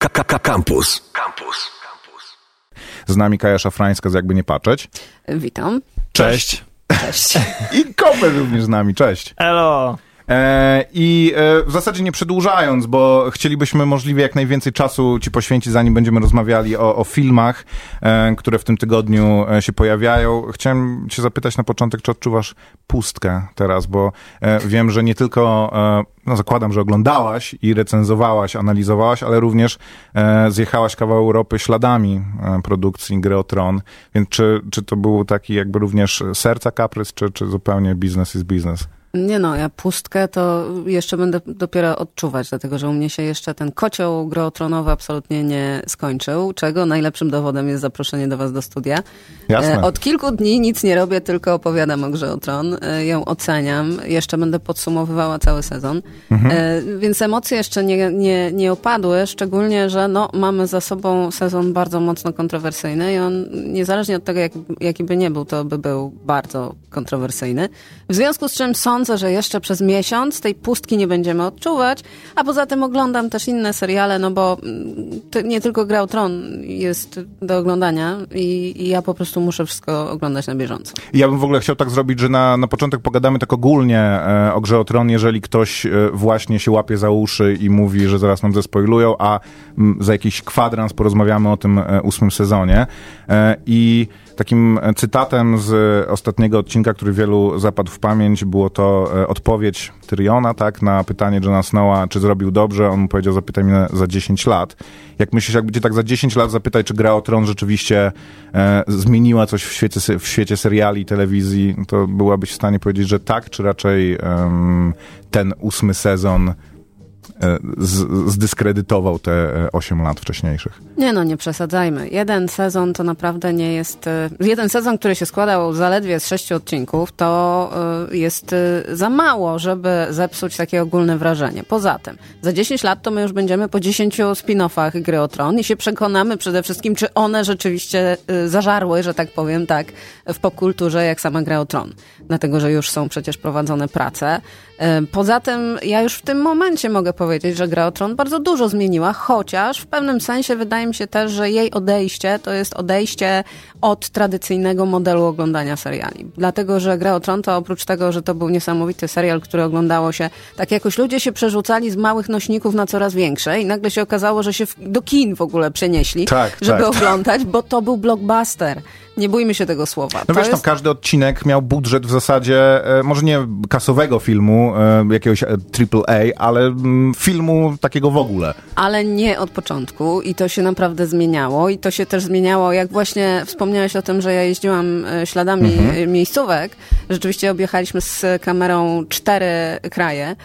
Campus. Z nami Kaja Szafrańska z Jakby nie patrzeć. Witam. Cześć. Cześć. I Kopel również z nami. Cześć. Elo. W zasadzie nie przedłużając, bo chcielibyśmy możliwie jak najwięcej czasu ci poświęcić, zanim będziemy rozmawiali o filmach, które w tym tygodniu się pojawiają. Chciałem cię zapytać na początek, czy odczuwasz pustkę teraz, bo wiem, że nie tylko, zakładam, że oglądałaś i recenzowałaś, analizowałaś, ale również zjechałaś kawał Europy śladami produkcji Gry o Tron. Więc czy to był taki jakby również serca kaprys, czy zupełnie business is business? Nie no, ja pustkę to jeszcze będę dopiero odczuwać, dlatego że u mnie się jeszcze ten kocioł grootronowy absolutnie nie skończył, czego najlepszym dowodem jest zaproszenie do was do studia. Jasne. Od kilku dni nic nie robię, tylko opowiadam o Grze o Tron, ją oceniam, jeszcze będę podsumowywała cały sezon, więc emocje jeszcze nie opadły, szczególnie, że mamy za sobą sezon bardzo mocno kontrowersyjny i on niezależnie od tego, jaki by nie był, to by był bardzo kontrowersyjny. W związku z czym sądzę, że jeszcze przez miesiąc tej pustki nie będziemy odczuwać, a poza tym oglądam też inne seriale, bo nie tylko Gra o Tron jest do oglądania i ja po prostu muszę wszystko oglądać na bieżąco. Ja bym w ogóle chciał tak zrobić, że na początek pogadamy tak ogólnie o Grze o Tron, jeżeli ktoś właśnie się łapie za uszy i mówi, że zaraz nam zespoilują, a za jakiś kwadrans porozmawiamy o tym 8 sezonie. I takim cytatem z ostatniego odcinka, który wielu zapadł w pamięć, było to odpowiedź Tyriona, tak, na pytanie Jona Snowa, czy zrobił dobrze. On mu powiedział, zapytaj mnie za 10 lat. Jak myślisz, jakby cię tak za 10 lat zapytać, czy Gra o Tron rzeczywiście zmieniła coś w świecie seriali i telewizji, to byłabyś w stanie powiedzieć, że tak, czy raczej ten 8 sezon zdyskredytował te 8 lat wcześniejszych? Nie przesadzajmy. Jeden sezon to naprawdę nie jest... Jeden sezon, który się składał zaledwie z 6 odcinków, to jest za mało, żeby zepsuć takie ogólne wrażenie. Poza tym, za 10 lat to my już będziemy po 10 spin-offach Gry o Tron i się przekonamy przede wszystkim, czy one rzeczywiście zażarły, że tak powiem, tak, w popkulturze, jak sama Gra o Tron. Dlatego, że już są przecież prowadzone prace. Poza tym, ja już w tym momencie mogę powiedzieć, że Gra o Tron bardzo dużo zmieniła, chociaż w pewnym sensie wydaje mi się też, że jej odejście to jest odejście od tradycyjnego modelu oglądania seriali. Dlatego, że Gra o Tron to oprócz tego, że to był niesamowity serial, który oglądało się, tak jakoś ludzie się przerzucali z małych nośników na coraz większe i nagle się okazało, że się do kin w ogóle przenieśli, żeby oglądać, bo to był blockbuster. Nie bójmy się tego słowa. No wiesz, tam każdy odcinek miał budżet w zasadzie, może nie kasowego filmu, jakiegoś AAA, ale filmu takiego w ogóle. Ale nie od początku i to się naprawdę zmieniało i to się też zmieniało, jak właśnie wspomniałeś o tym, że ja jeździłam śladami miejscówek. Rzeczywiście objechaliśmy z kamerą 4 kraje.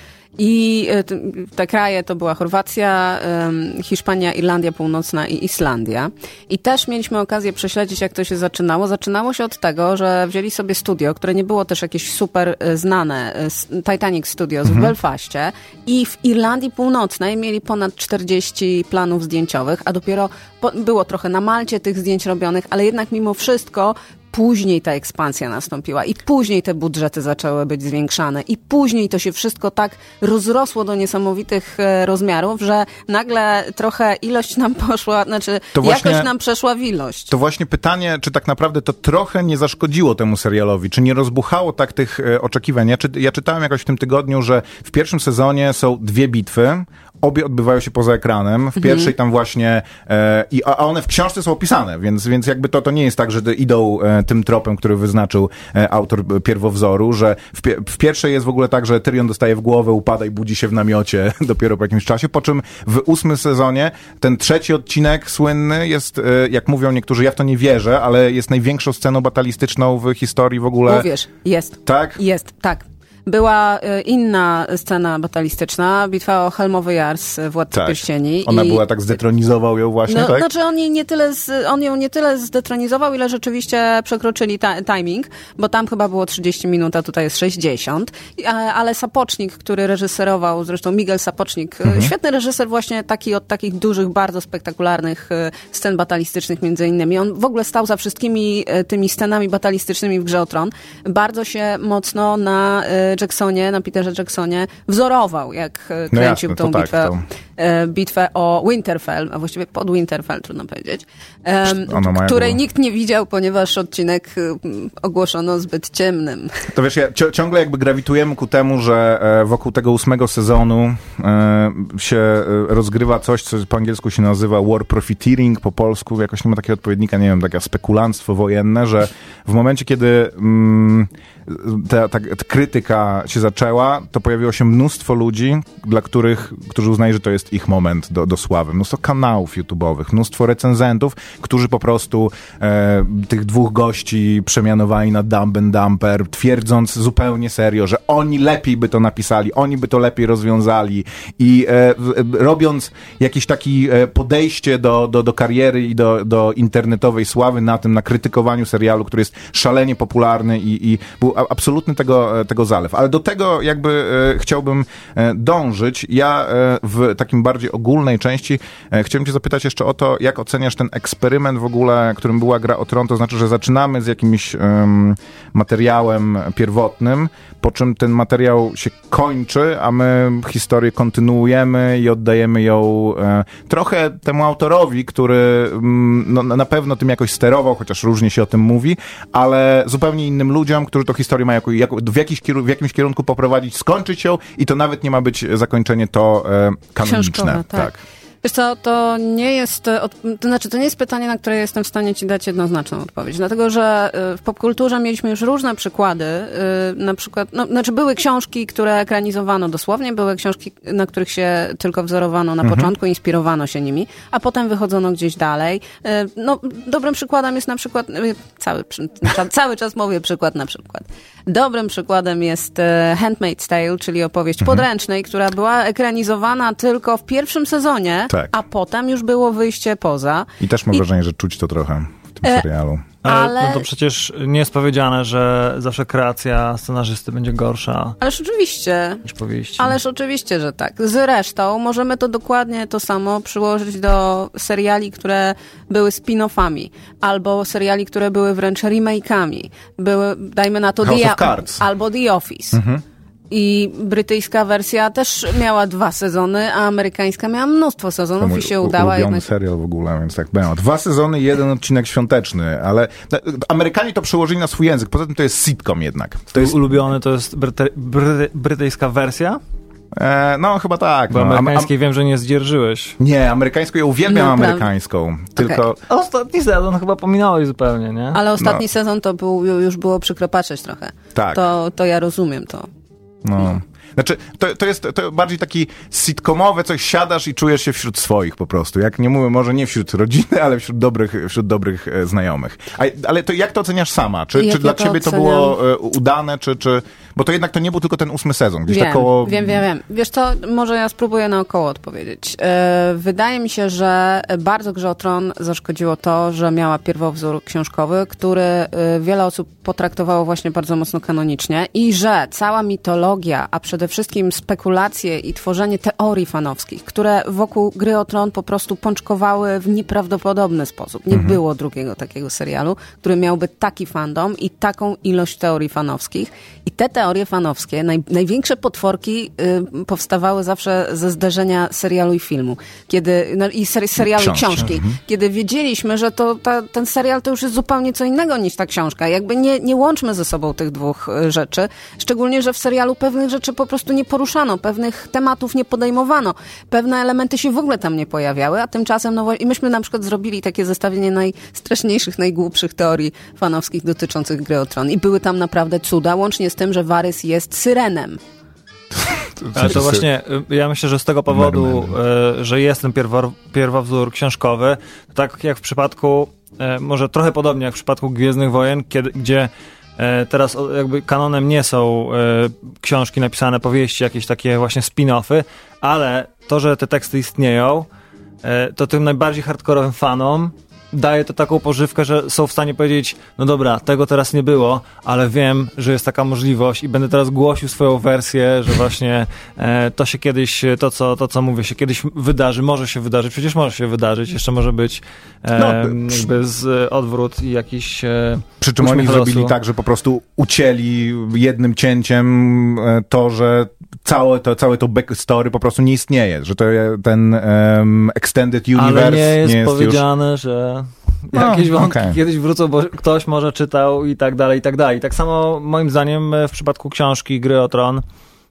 I te kraje to była Chorwacja, Hiszpania, Irlandia Północna i Islandia. I też mieliśmy okazję prześledzić, jak to się zaczynało. Zaczynało się od tego, że wzięli sobie studio, które nie było też jakieś super znane, Titanic Studios w Belfaście i w Irlandii Północnej mieli ponad 40 planów zdjęciowych, a dopiero było trochę na Malcie tych zdjęć robionych, ale jednak mimo wszystko później ta ekspansja nastąpiła i później te budżety zaczęły być zwiększane i później to się wszystko tak rozrosło do niesamowitych rozmiarów, że nagle trochę ilość nam poszła, jakość nam przeszła w ilość. To właśnie pytanie, czy tak naprawdę to trochę nie zaszkodziło temu serialowi, czy nie rozbuchało tak tych oczekiwań. Ja czytałem jakoś w tym tygodniu, że w pierwszym sezonie są 2 bitwy, obie odbywają się poza ekranem. W pierwszej tam właśnie, a one w książce są opisane, więc jakby to nie jest tak, że idą tym tropem, który wyznaczył autor pierwowzoru, że w pierwszej jest w ogóle tak, że Tyrion dostaje w głowę, upada i budzi się w namiocie dopiero po jakimś czasie, po czym w 8 sezonie ten 3 odcinek słynny jest, jak mówią niektórzy, ja w to nie wierzę, ale jest największą sceną batalistyczną w historii w ogóle. Uwierz, jest. Tak? Jest, tak. Była inna scena batalistyczna, bitwa o Helmowy Jar z Władcy Pierścieni. Ona była tak, zdetronizował ją właśnie, tak? Znaczy on ją nie tyle zdetronizował, ile rzeczywiście przekroczyli timing, bo tam chyba było 30 minut, a tutaj jest 60. Ale Sapocznik, który reżyserował, zresztą Miguel Sapocznik, świetny reżyser właśnie taki od takich dużych, bardzo spektakularnych scen batalistycznych między innymi. On w ogóle stał za wszystkimi tymi scenami batalistycznymi w Grze o Tron. Bardzo się mocno na Jacksonie, na Peterze Jacksonie wzorował, jak kręcił tą bitwę. bitwę o Winterfell, a właściwie pod Winterfell, trudno powiedzieć, której nikt nie widział, ponieważ odcinek ogłoszono zbyt ciemnym. To wiesz, ciągle jakby grawitujemy ku temu, że wokół tego 8 sezonu się rozgrywa coś, co po angielsku się nazywa war profiteering, po polsku jakoś nie ma takiego odpowiednika, nie wiem, takie spekulanstwo wojenne, że w momencie, kiedy ta krytyka się zaczęła, to pojawiło się mnóstwo ludzi, którzy uznali, że to jest ich moment do sławy. Mnóstwo kanałów YouTube'owych, mnóstwo recenzentów, którzy po prostu tych dwóch gości przemianowali na Dumb and Dumper, twierdząc zupełnie serio, że oni lepiej by to napisali, oni by to lepiej rozwiązali i robiąc jakieś takie podejście do kariery i do internetowej sławy na krytykowaniu serialu, który jest szalenie popularny i był absolutny tego zalew. Ale do tego jakby chciałbym dążyć. Ja w takim bardziej ogólnej części chciałem cię zapytać jeszcze o to, jak oceniasz ten eksperyment w ogóle, którym była Gra o Tron, to znaczy, że zaczynamy z jakimś materiałem pierwotnym, po czym ten materiał się kończy, a my historię kontynuujemy i oddajemy ją trochę temu autorowi, który na pewno tym jakoś sterował, chociaż różnie się o tym mówi, ale zupełnie innym ludziom, którzy tą historię mają w jakimś kierunku poprowadzić, skończyć ją i to nawet nie ma być zakończenie to kanoniczne. Książkowe, tak. Wiesz co, to nie jest pytanie, na które jestem w stanie ci dać jednoznaczną odpowiedź, dlatego że w popkulturze mieliśmy już różne przykłady, na przykład, były książki, które ekranizowano dosłownie, były książki, na których się tylko wzorowano na początku, inspirowano się nimi, a potem wychodzono gdzieś dalej. Dobrym przykładem jest na przykład, cały czas mówię przykład na przykład. Dobrym przykładem jest Handmaid's Tale, czyli opowieść podręcznej, która była ekranizowana tylko w pierwszym sezonie, tak. A potem już było wyjście poza. I też mam wrażenie, że czuć to trochę w tym serialu. Ale no to przecież nie jest powiedziane, że zawsze kreacja scenarzysty będzie gorsza. Ależ oczywiście. Niż powieści. Ależ oczywiście, że tak. Zresztą możemy to dokładnie to samo przyłożyć do seriali, które były spin-offami, albo seriali, które były wręcz remake'ami. Dajmy na to House of Cards. Albo The Office. I brytyjska wersja też miała 2 sezony, a amerykańska miała mnóstwo sezonów i się udała. Ulubiony serial w ogóle, więc tak miał 2 sezony i 1 odcinek świąteczny, ale Amerykanie to przełożyli na swój język, poza tym to jest sitcom jednak. To jest ulubiony, to jest brytyjska wersja? No, chyba tak. Bo amerykańskiej wiem, że nie zdzierżyłeś. Nie, amerykańską ja uwielbiam amerykańską. Tylko... Ostatni sezon chyba pominąłeś zupełnie, nie? Ale ostatni sezon to już było przykro patrzeć trochę. Tak. To ja rozumiem to. No. Znaczy, to jest bardziej taki sitcomowe, coś siadasz i czujesz się wśród swoich po prostu. Jak nie mówię, może nie wśród rodziny, ale wśród dobrych znajomych. Ale to jak to oceniasz sama? Czy dla ciebie to było udane, czy... Bo to jednak to nie był tylko ten 8 sezon. Gdzieś Wiem. Wiesz co, może ja spróbuję naokoło odpowiedzieć. Wydaje mi się, że bardzo Grze o Tron zaszkodziło to, że miała pierwowzór książkowy, który wiele osób potraktowało właśnie bardzo mocno kanonicznie i że cała mitologia, a przede wszystkim spekulacje i tworzenie teorii fanowskich, które wokół Gry o Tron po prostu pączkowały w nieprawdopodobny sposób. Nie było drugiego takiego serialu, który miałby taki fandom i taką ilość teorii fanowskich. I te teorie fanowskie, największe potworki powstawały zawsze ze zderzenia serialu i filmu. Serialu i książki. Kiedy wiedzieliśmy, że ten serial to już jest zupełnie co innego niż ta książka. Jakby nie łączmy ze sobą tych dwóch rzeczy. Szczególnie, że w serialu pewnych rzeczy po prostu nie poruszano, pewnych tematów nie podejmowano. Pewne elementy się w ogóle tam nie pojawiały, a tymczasem i myśmy na przykład zrobili takie zestawienie najstraszniejszych, najgłupszych teorii fanowskich dotyczących Gry o Tron. I były tam naprawdę cuda, łącznie z tym, że Varys jest syrenem. Ale to właśnie, ja myślę, że z tego powodu, że jest ten pierwowzór książkowy, tak jak w przypadku, może trochę podobnie jak w przypadku Gwiezdnych Wojen, gdzie teraz jakby kanonem nie są książki napisane, powieści, jakieś takie właśnie spin-offy, ale to, że te teksty istnieją, to tym najbardziej hardkorowym fanom daje to taką pożywkę, że są w stanie powiedzieć, no dobra, tego teraz nie było, ale wiem, że jest taka możliwość i będę teraz głosił swoją wersję, że właśnie to się kiedyś, to co mówię, się kiedyś wydarzy, może się wydarzyć, przecież może się wydarzyć, jeszcze może być jakby odwrót i jakiś przy czym oni zrobili tak, że po prostu ucięli jednym cięciem to, że całe to backstory po prostu nie istnieje, że to ten extended universe ale nie jest powiedziane, już... że jakieś wątki kiedyś wrócą, bo ktoś może czytał i tak dalej, i tak dalej. Tak samo moim zdaniem w przypadku książki Gry o Tron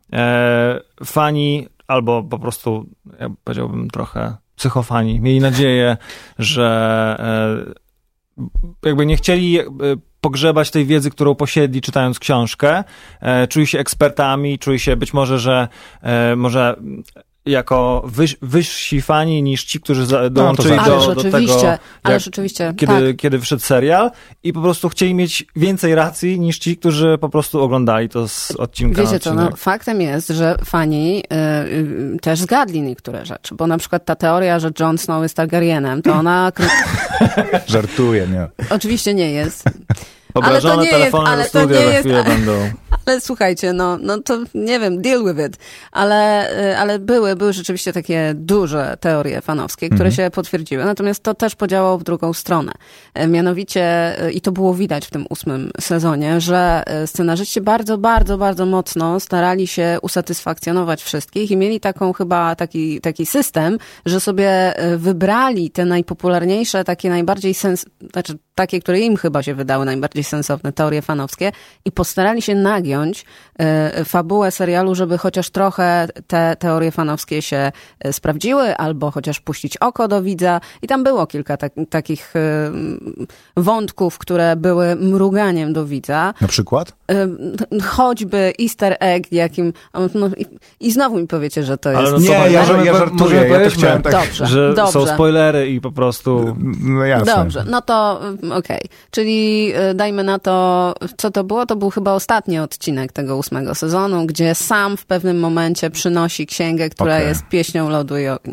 fani, albo po prostu, ja powiedziałbym trochę psychofani, mieli nadzieję, że jakby nie chcieli pogrzebać tej wiedzy, którą posiedli czytając książkę, czuli się ekspertami, czuli się być może, że może jako wyżsi fani niż ci, którzy dołączyli do tego, kiedy wyszedł serial i po prostu chcieli mieć więcej racji niż ci, którzy po prostu oglądali to z odcinka Wiecie co, no, faktem jest, że fani też zgadli niektóre rzeczy, bo na przykład ta teoria, że Jon Snow jest Targaryenem, to ona... Żartuję, nie. Oczywiście nie jest. Obrażone telefony do studia za chwilę będą. Ale słuchajcie, no to nie wiem, deal with it. Ale były rzeczywiście takie duże teorie fanowskie, które się potwierdziły. Natomiast to też podziałało w drugą stronę. Mianowicie, i to było widać w tym 8. sezonie, że scenarzyści bardzo, bardzo, bardzo mocno starali się usatysfakcjonować wszystkich i mieli taką chyba taki system, że sobie wybrali te najpopularniejsze, takie najbardziej takie, które im chyba się wydały najbardziej sensowne teorie fanowskie i postarali się nagiąć fabułę serialu, żeby chociaż trochę te teorie fanowskie się sprawdziły, albo chociaż puścić oko do widza. I tam było kilka takich wątków, które były mruganiem do widza. Na przykład? Choćby easter egg, jakim... I znowu mi powiecie, że to jest... Nie, ja żartuję. Ja to chciałem tak... Dobrze, że są spoilery i po prostu... No jasne. Dobrze, no to okej. Czyli dajmy na to, co to było? To był chyba ostatni odcinek tego 8. sezonu, gdzie sam w pewnym momencie przynosi księgę, która jest pieśnią lodu i ognia.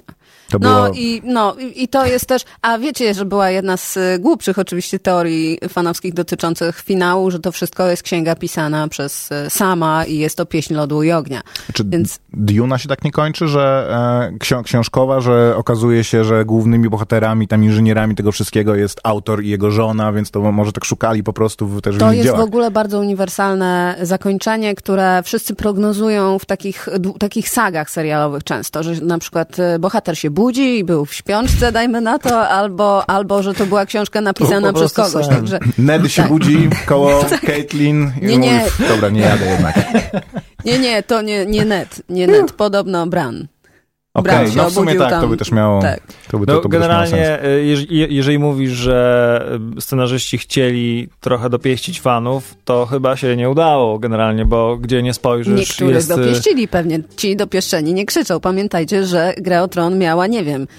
I to jest też, a wiecie, że była jedna z głupszych oczywiście teorii fanowskich dotyczących finału, że to wszystko jest księga pisana przez sama i jest to pieśń lodu i ognia. Więc Duna się tak nie kończy, że książkowa, że okazuje się, że głównymi bohaterami, tam inżynierami tego wszystkiego jest autor i jego żona, więc to może tak szukali po prostu też w To innych jest dziełach. w ogóle bardzo uniwersalne zakończenie, które wszyscy prognozują w takich sagach serialowych często, że na przykład bohater się budzi i był w śpiączce, dajmy na to, albo że to była książka napisana przez kogoś. Także, Ned się budzi koło Caitlin i mówi, dobra, nie jadę jednak. Nie, to nie Ned, podobno Bran. Okej, no w sumie tak, tam, to by też miało... Tak. To by generalnie, jeżeli mówisz, że scenarzyści chcieli trochę dopieścić fanów, to chyba się nie udało generalnie, bo gdzie nie spojrzysz... Niektórych dopieścili pewnie. Ci dopieszczeni nie krzyczą. Pamiętajcie, że Gra o Tron miała, nie wiem,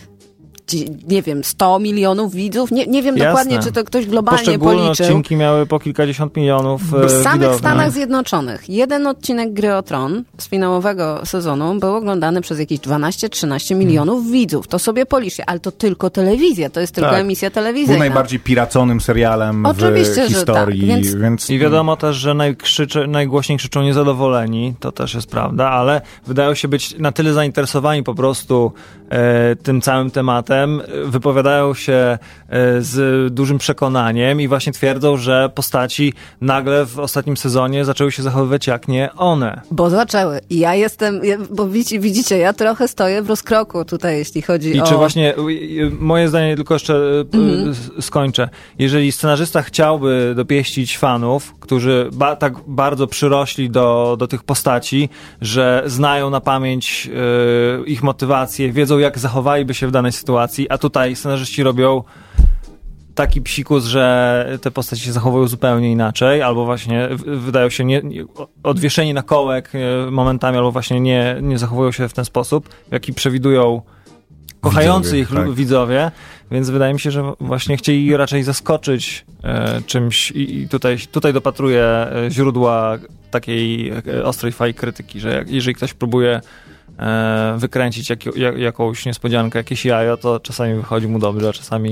100 milionów widzów. Nie wiem dokładnie, czy to ktoś globalnie policzył. Poszczególne odcinki miały po kilkadziesiąt milionów w samych Stanach Zjednoczonych. Jeden odcinek Gry o Tron z finałowego sezonu był oglądany przez jakieś 12-13 milionów widzów. To sobie policzcie, ale to tylko telewizja, to jest tylko emisja telewizyjna. Był najbardziej piraconym serialem w historii. Tak, więc... I wiadomo też, że najgłośniej krzyczą niezadowoleni, to też jest prawda, ale wydają się być na tyle zainteresowani po prostu tym całym tematem, wypowiadają się z dużym przekonaniem i właśnie twierdzą, że postaci nagle w ostatnim sezonie zaczęły się zachowywać jak nie one. Bo zaczęły. I bo widzicie, ja trochę stoję w rozkroku tutaj, jeśli chodzi o... I czy właśnie, moje zdanie tylko jeszcze skończę. Jeżeli scenarzysta chciałby dopieścić fanów, którzy tak bardzo przyrośli do tych postaci, że znają na pamięć ich motywacje, wiedzą jak zachowaliby się w danej sytuacji, a tutaj scenarzyści robią taki psikus, że te postaci się zachowują zupełnie inaczej, albo właśnie wydają się odwieszeni na kołek momentami, albo właśnie nie zachowują się w ten sposób, w jaki przewidują kochający ich widzowie, więc wydaje mi się, że właśnie chcieli raczej zaskoczyć czymś i tutaj dopatruję źródła takiej ostrej fali krytyki, że jeżeli ktoś próbuje wykręcić jakąś niespodziankę, jakieś jajo, to czasami wychodzi mu dobrze, a czasami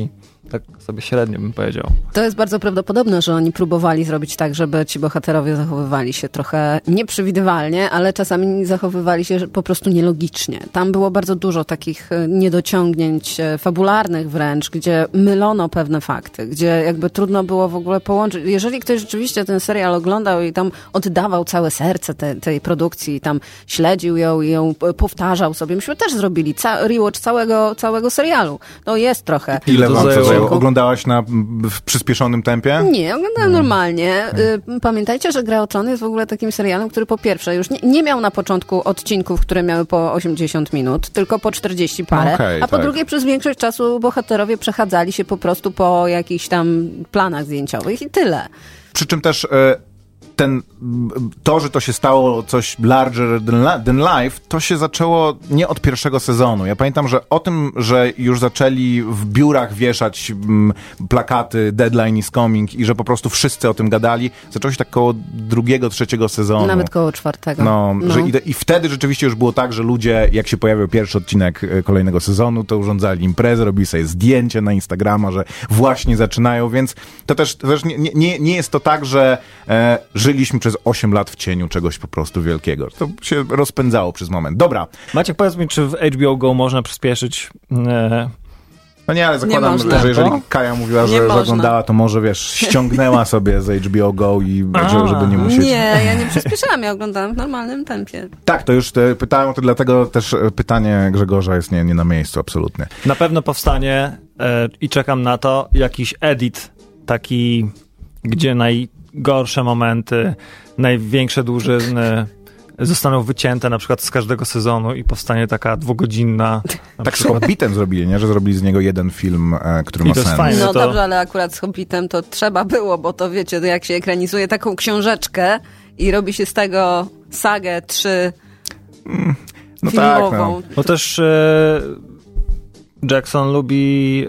Tak sobie średnio bym powiedział. To jest bardzo prawdopodobne, że oni próbowali zrobić tak, żeby ci bohaterowie zachowywali się trochę nieprzewidywalnie, ale czasami zachowywali się po prostu nielogicznie. Tam było bardzo dużo takich niedociągnięć fabularnych wręcz, gdzie mylono pewne fakty, gdzie jakby trudno było w ogóle połączyć. Jeżeli ktoś rzeczywiście ten serial oglądał i tam oddawał całe serce tej produkcji i tam śledził ją i ją powtarzał sobie. Myśmy też zrobili rewatch całego serialu. No jest trochę. Ile wam to zajęło? Oglądałaś w przyspieszonym tempie? Nie, oglądałam normalnie. Pamiętajcie, że Gra o Tron jest w ogóle takim serialem, który po pierwsze już nie miał na początku odcinków, które miały po 80 minut, tylko po 40 parę, a po drugie przez większość czasu bohaterowie przechadzali się po prostu po jakichś tam planach zdjęciowych i tyle. Przy czym też to, że to się stało coś larger than life, to się zaczęło nie od pierwszego sezonu. Ja pamiętam, że o tym, że już zaczęli w biurach wieszać plakaty Deadline is coming i że po prostu wszyscy o tym gadali, zaczęło się tak koło drugiego, trzeciego sezonu. Nawet koło czwartego. Że i wtedy rzeczywiście już było tak, że ludzie, jak się pojawił pierwszy odcinek kolejnego sezonu, to urządzali imprezę, robili sobie zdjęcie na Instagrama, że właśnie zaczynają, więc to też nie jest to tak, że żyliśmy przez 8 lat w cieniu czegoś po prostu wielkiego. To się rozpędzało przez moment. Dobra. Maciek, powiedz mi, czy w HBO Go można przyspieszyć? No nie, ale zakładam, że jeżeli Kaja mówiła, że oglądała, to może, wiesz, ściągnęła sobie z HBO Go i żeby nie musieć... Nie, ja nie przyspieszałam, ja oglądałam w normalnym tempie. Tak, to już pytałem, to dlatego też pytanie Grzegorza jest nie na miejscu, absolutnie. Na pewno powstanie i czekam na to jakiś edit taki, gdzie najgorsze momenty, największe dłużyzny zostaną wycięte na przykład z każdego sezonu i powstanie taka 2-godzinna... Tak z Hobbitem zrobili, nie? Że zrobili z niego jeden film, który ma sens. Fajne, no dobrze, ale akurat z Hobbitem to trzeba było, bo to wiecie, jak się ekranizuje taką książeczkę i robi się z tego sagę 3 no filmową. Tak, no. Bo też Jackson lubi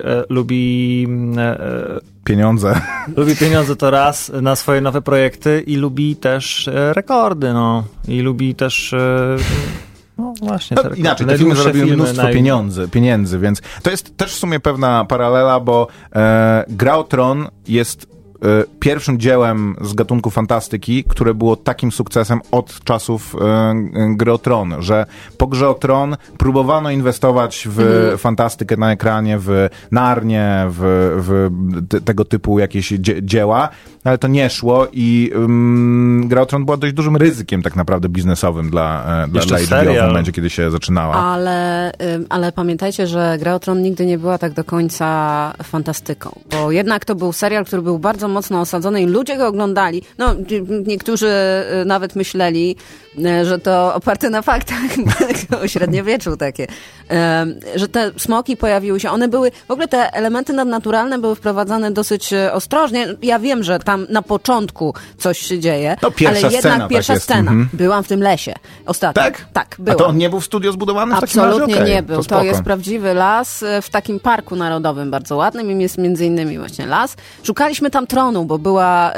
pieniądze. Lubi pieniądze to raz na swoje nowe projekty i lubi też rekordy, no. I lubi też... No właśnie, te inaczej, te filmy zarobiły mnóstwo pieniędzy, więc to jest też w sumie pewna paralela, bo Gra o Tron jest pierwszym dziełem z gatunku fantastyki, które było takim sukcesem od czasów Gry o Tron, że po Grze o Tron próbowano inwestować w fantastykę na ekranie, w Narnię, w tego typu jakieś dzieła, ale to nie szło i Gra o Tron była dość dużym ryzykiem tak naprawdę biznesowym dla HBO w momencie, kiedy się zaczynała. Ale pamiętajcie, że Gra o Tron nigdy nie była tak do końca fantastyką, bo jednak to był serial, który był bardzo mocno osadzony i ludzie go oglądali. No, niektórzy nawet myśleli, że to oparte na faktach o średniowieczu takie, że te smoki pojawiły się, one były, w ogóle te elementy nadnaturalne były wprowadzane dosyć ostrożnie. Ja wiem, że tam na początku coś się dzieje, ale jednak pierwsza scena. Byłam w tym lesie ostatnio. Tak, byłam. A to on nie był w studio zbudowany w takim Absolutnie razie? nie był. To jest prawdziwy las w takim parku narodowym bardzo ładnym i jest między innymi właśnie las. Szukaliśmy tam tronu, bo była,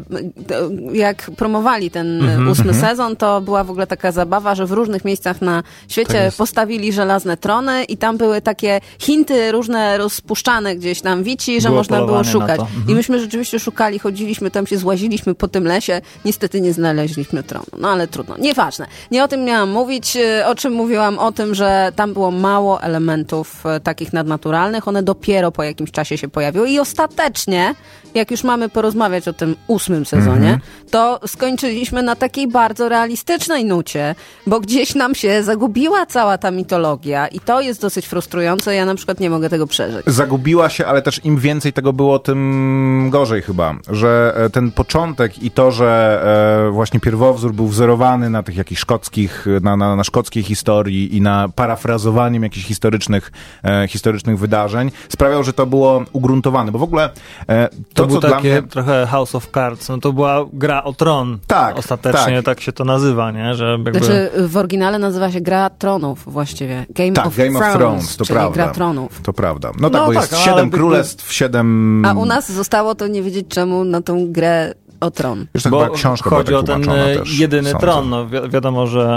jak promowali ten 8 sezon, to była w ogóle taka zabawa, że w różnych miejscach na świecie postawili żelazne trony i tam były takie hinty różne rozpuszczane gdzieś tam wici, że można było szukać. I myśmy rzeczywiście szukali, chodziliśmy tam, się złaziliśmy po tym lesie. Niestety nie znaleźliśmy tronu. No ale trudno. Nieważne. Nie o tym miałam mówić. O czym mówiłam? O tym, że tam było mało elementów takich nadnaturalnych. One dopiero po jakimś czasie się pojawiły i ostatecznie, jak już mamy porozmawiać o tym 8 sezonie, to skończyliśmy na takiej bardzo realistycznej nucie, bo gdzieś nam się zagubiła cała ta mitologia i to jest dosyć frustrujące. Ja na przykład nie mogę tego przeżyć. Zagubiła się, ale też im więcej tego było, tym gorzej chyba. Że ten początek i to, że właśnie pierwowzór był wzorowany na tych jakichś szkockich, na szkockiej historii i na parafrazowaniem jakichś historycznych wydarzeń, sprawiał, że to było ugruntowane, bo w ogóle to było takie dla mnie... trochę House of Cards, no to była Gra o Tron. Tak, ostatecznie tak się to nazywa, nie? Że jakby... Znaczy w oryginale nazywa się Gra Tronów właściwie. Game of Thrones, to czyli prawda. Gra Tronów. To prawda. No tak, bo jest 7 królestw, 7... A u nas zostało to nie wiedzieć czemu na tą Grę o Tron. Już tak bo książka chodzi była o ten też, jedyny sądzę. tron. No wiadomo, że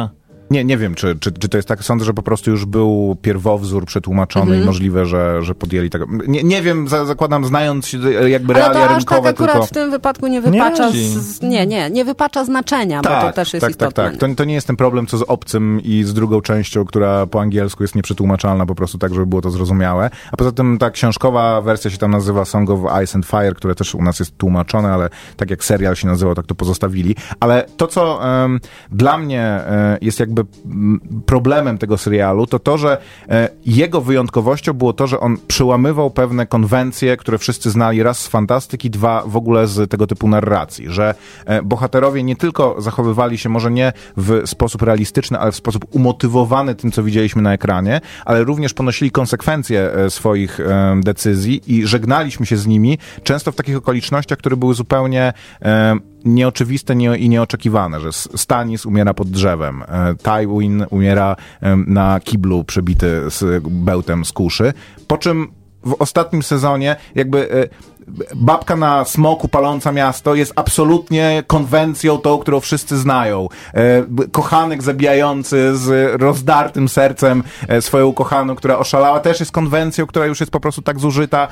Nie wiem, czy to jest tak. Sądzę, że po prostu już był pierwowzór przetłumaczony i możliwe, że podjęli tego. Nie wiem, zakładam, znając jakby realia rynkowe, tak akurat tylko... w tym wypadku nie wypacza nie wypacza znaczenia, bo to też jest istotne. Tak. To nie jest ten problem, co z Obcym i z drugą częścią, która po angielsku jest nieprzetłumaczalna po prostu tak, żeby było to zrozumiałe. A poza tym ta książkowa wersja się tam nazywa Song of Ice and Fire, które też u nas jest tłumaczone, ale tak jak serial się nazywał, tak to pozostawili. Ale to, co dla mnie jest jakby problemem tego serialu, to, że jego wyjątkowością było to, że on przełamywał pewne konwencje, które wszyscy znali, raz z fantastyki, dwa w ogóle z tego typu narracji, że bohaterowie nie tylko zachowywali się może nie w sposób realistyczny, ale w sposób umotywowany tym, co widzieliśmy na ekranie, ale również ponosili konsekwencje swoich decyzji i żegnaliśmy się z nimi często w takich okolicznościach, które były zupełnie nieoczywiste i nieoczekiwane, że Stannis umiera pod drzewem, Tywin umiera na kiblu przebity z bełtem z kuszy, po czym w ostatnim sezonie jakby babka na smoku paląca miasto jest absolutnie konwencją tą, którą wszyscy znają. Kochanek zabijający z rozdartym sercem swoją ukochaną, która oszalała, też jest konwencją, która już jest po prostu tak zużyta,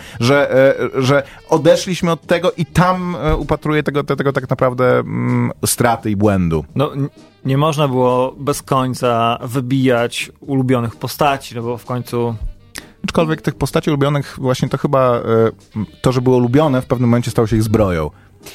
że odeszliśmy od tego i tam upatruję tego tak naprawdę straty i błędu. No, nie można było bez końca wybijać ulubionych postaci, no bo w końcu... Aczkolwiek tych postaci ulubionych właśnie to chyba to, że było ulubione, w pewnym momencie stało się ich zbroją.